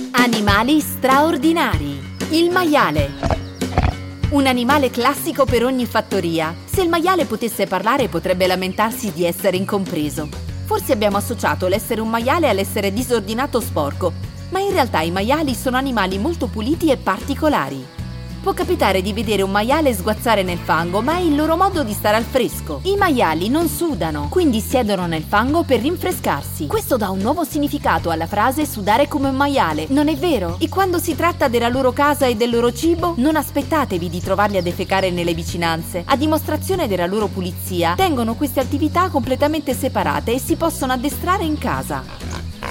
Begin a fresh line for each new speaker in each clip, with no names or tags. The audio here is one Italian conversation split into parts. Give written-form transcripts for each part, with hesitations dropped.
Animali straordinari. Il maiale. Un animale classico per ogni fattoria. Se il maiale potesse parlare potrebbe lamentarsi di essere incompreso. Forse abbiamo associato l'essere un maiale all'essere disordinato o sporco, ma in realtà i maiali sono animali molto puliti e particolari. Può capitare di vedere un maiale sguazzare nel fango, ma è il loro modo di stare al fresco. I maiali non sudano, quindi siedono nel fango per rinfrescarsi. Questo dà un nuovo significato alla frase sudare come un maiale, non è vero? E quando si tratta della loro casa e del loro cibo, non aspettatevi di trovarli a defecare nelle vicinanze. A dimostrazione della loro pulizia, tengono queste attività completamente separate e si possono addestrare in casa.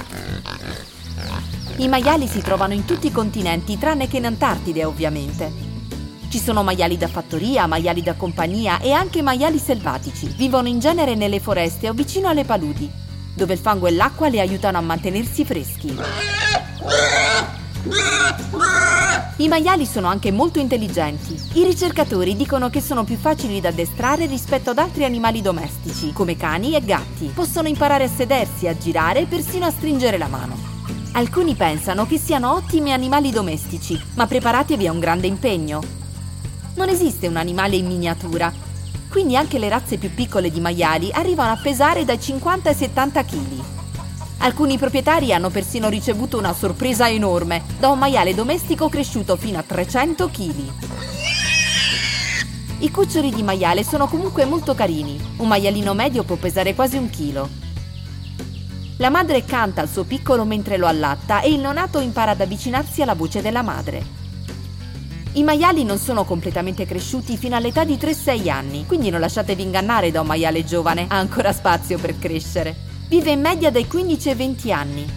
I maiali si trovano in tutti i continenti, tranne che in Antartide, ovviamente. Ci sono maiali da fattoria, maiali da compagnia e anche maiali selvatici. Vivono in genere nelle foreste o vicino alle paludi, dove il fango e l'acqua li aiutano a mantenersi freschi. I maiali sono anche molto intelligenti. I ricercatori dicono che sono più facili da addestrare rispetto ad altri animali domestici, come cani e gatti. Possono imparare a sedersi, a girare e persino a stringere la mano. Alcuni pensano che siano ottimi animali domestici, ma preparatevi a un grande impegno. Non esiste un animale in miniatura, quindi anche le razze più piccole di maiali arrivano a pesare dai 50 ai 70 kg. Alcuni proprietari hanno persino ricevuto una sorpresa enorme da un maiale domestico cresciuto fino a 300 kg. I cuccioli di maiale sono comunque molto carini. Un maialino medio può pesare quasi 1 chilo. La madre canta al suo piccolo mentre lo allatta e il neonato impara ad avvicinarsi alla voce della madre. I maiali non sono completamente cresciuti fino all'età di 3-6 anni, quindi non lasciatevi ingannare da un maiale giovane, ha ancora spazio per crescere. Vive in media dai 15 ai 20 anni.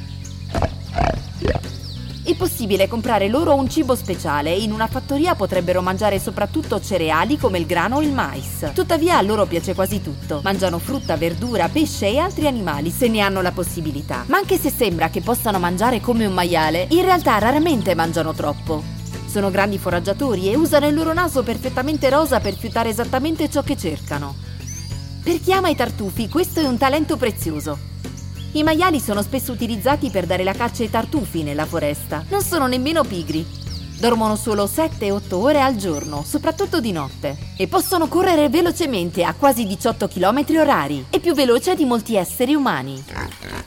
È possibile comprare loro un cibo speciale e in una fattoria potrebbero mangiare soprattutto cereali come il grano o il mais. Tuttavia a loro piace quasi tutto. Mangiano frutta, verdura, pesce e altri animali se ne hanno la possibilità. Ma anche se sembra che possano mangiare come un maiale, in realtà raramente mangiano troppo. Sono grandi foraggiatori e usano il loro naso perfettamente rosa per fiutare esattamente ciò che cercano. Per chi ama i tartufi, questo è un talento prezioso. I maiali sono spesso utilizzati per dare la caccia ai tartufi nella foresta. Non sono nemmeno pigri. Dormono solo 7-8 ore al giorno, soprattutto di notte. E possono correre velocemente a quasi 18 km orari. È più veloce di molti esseri umani.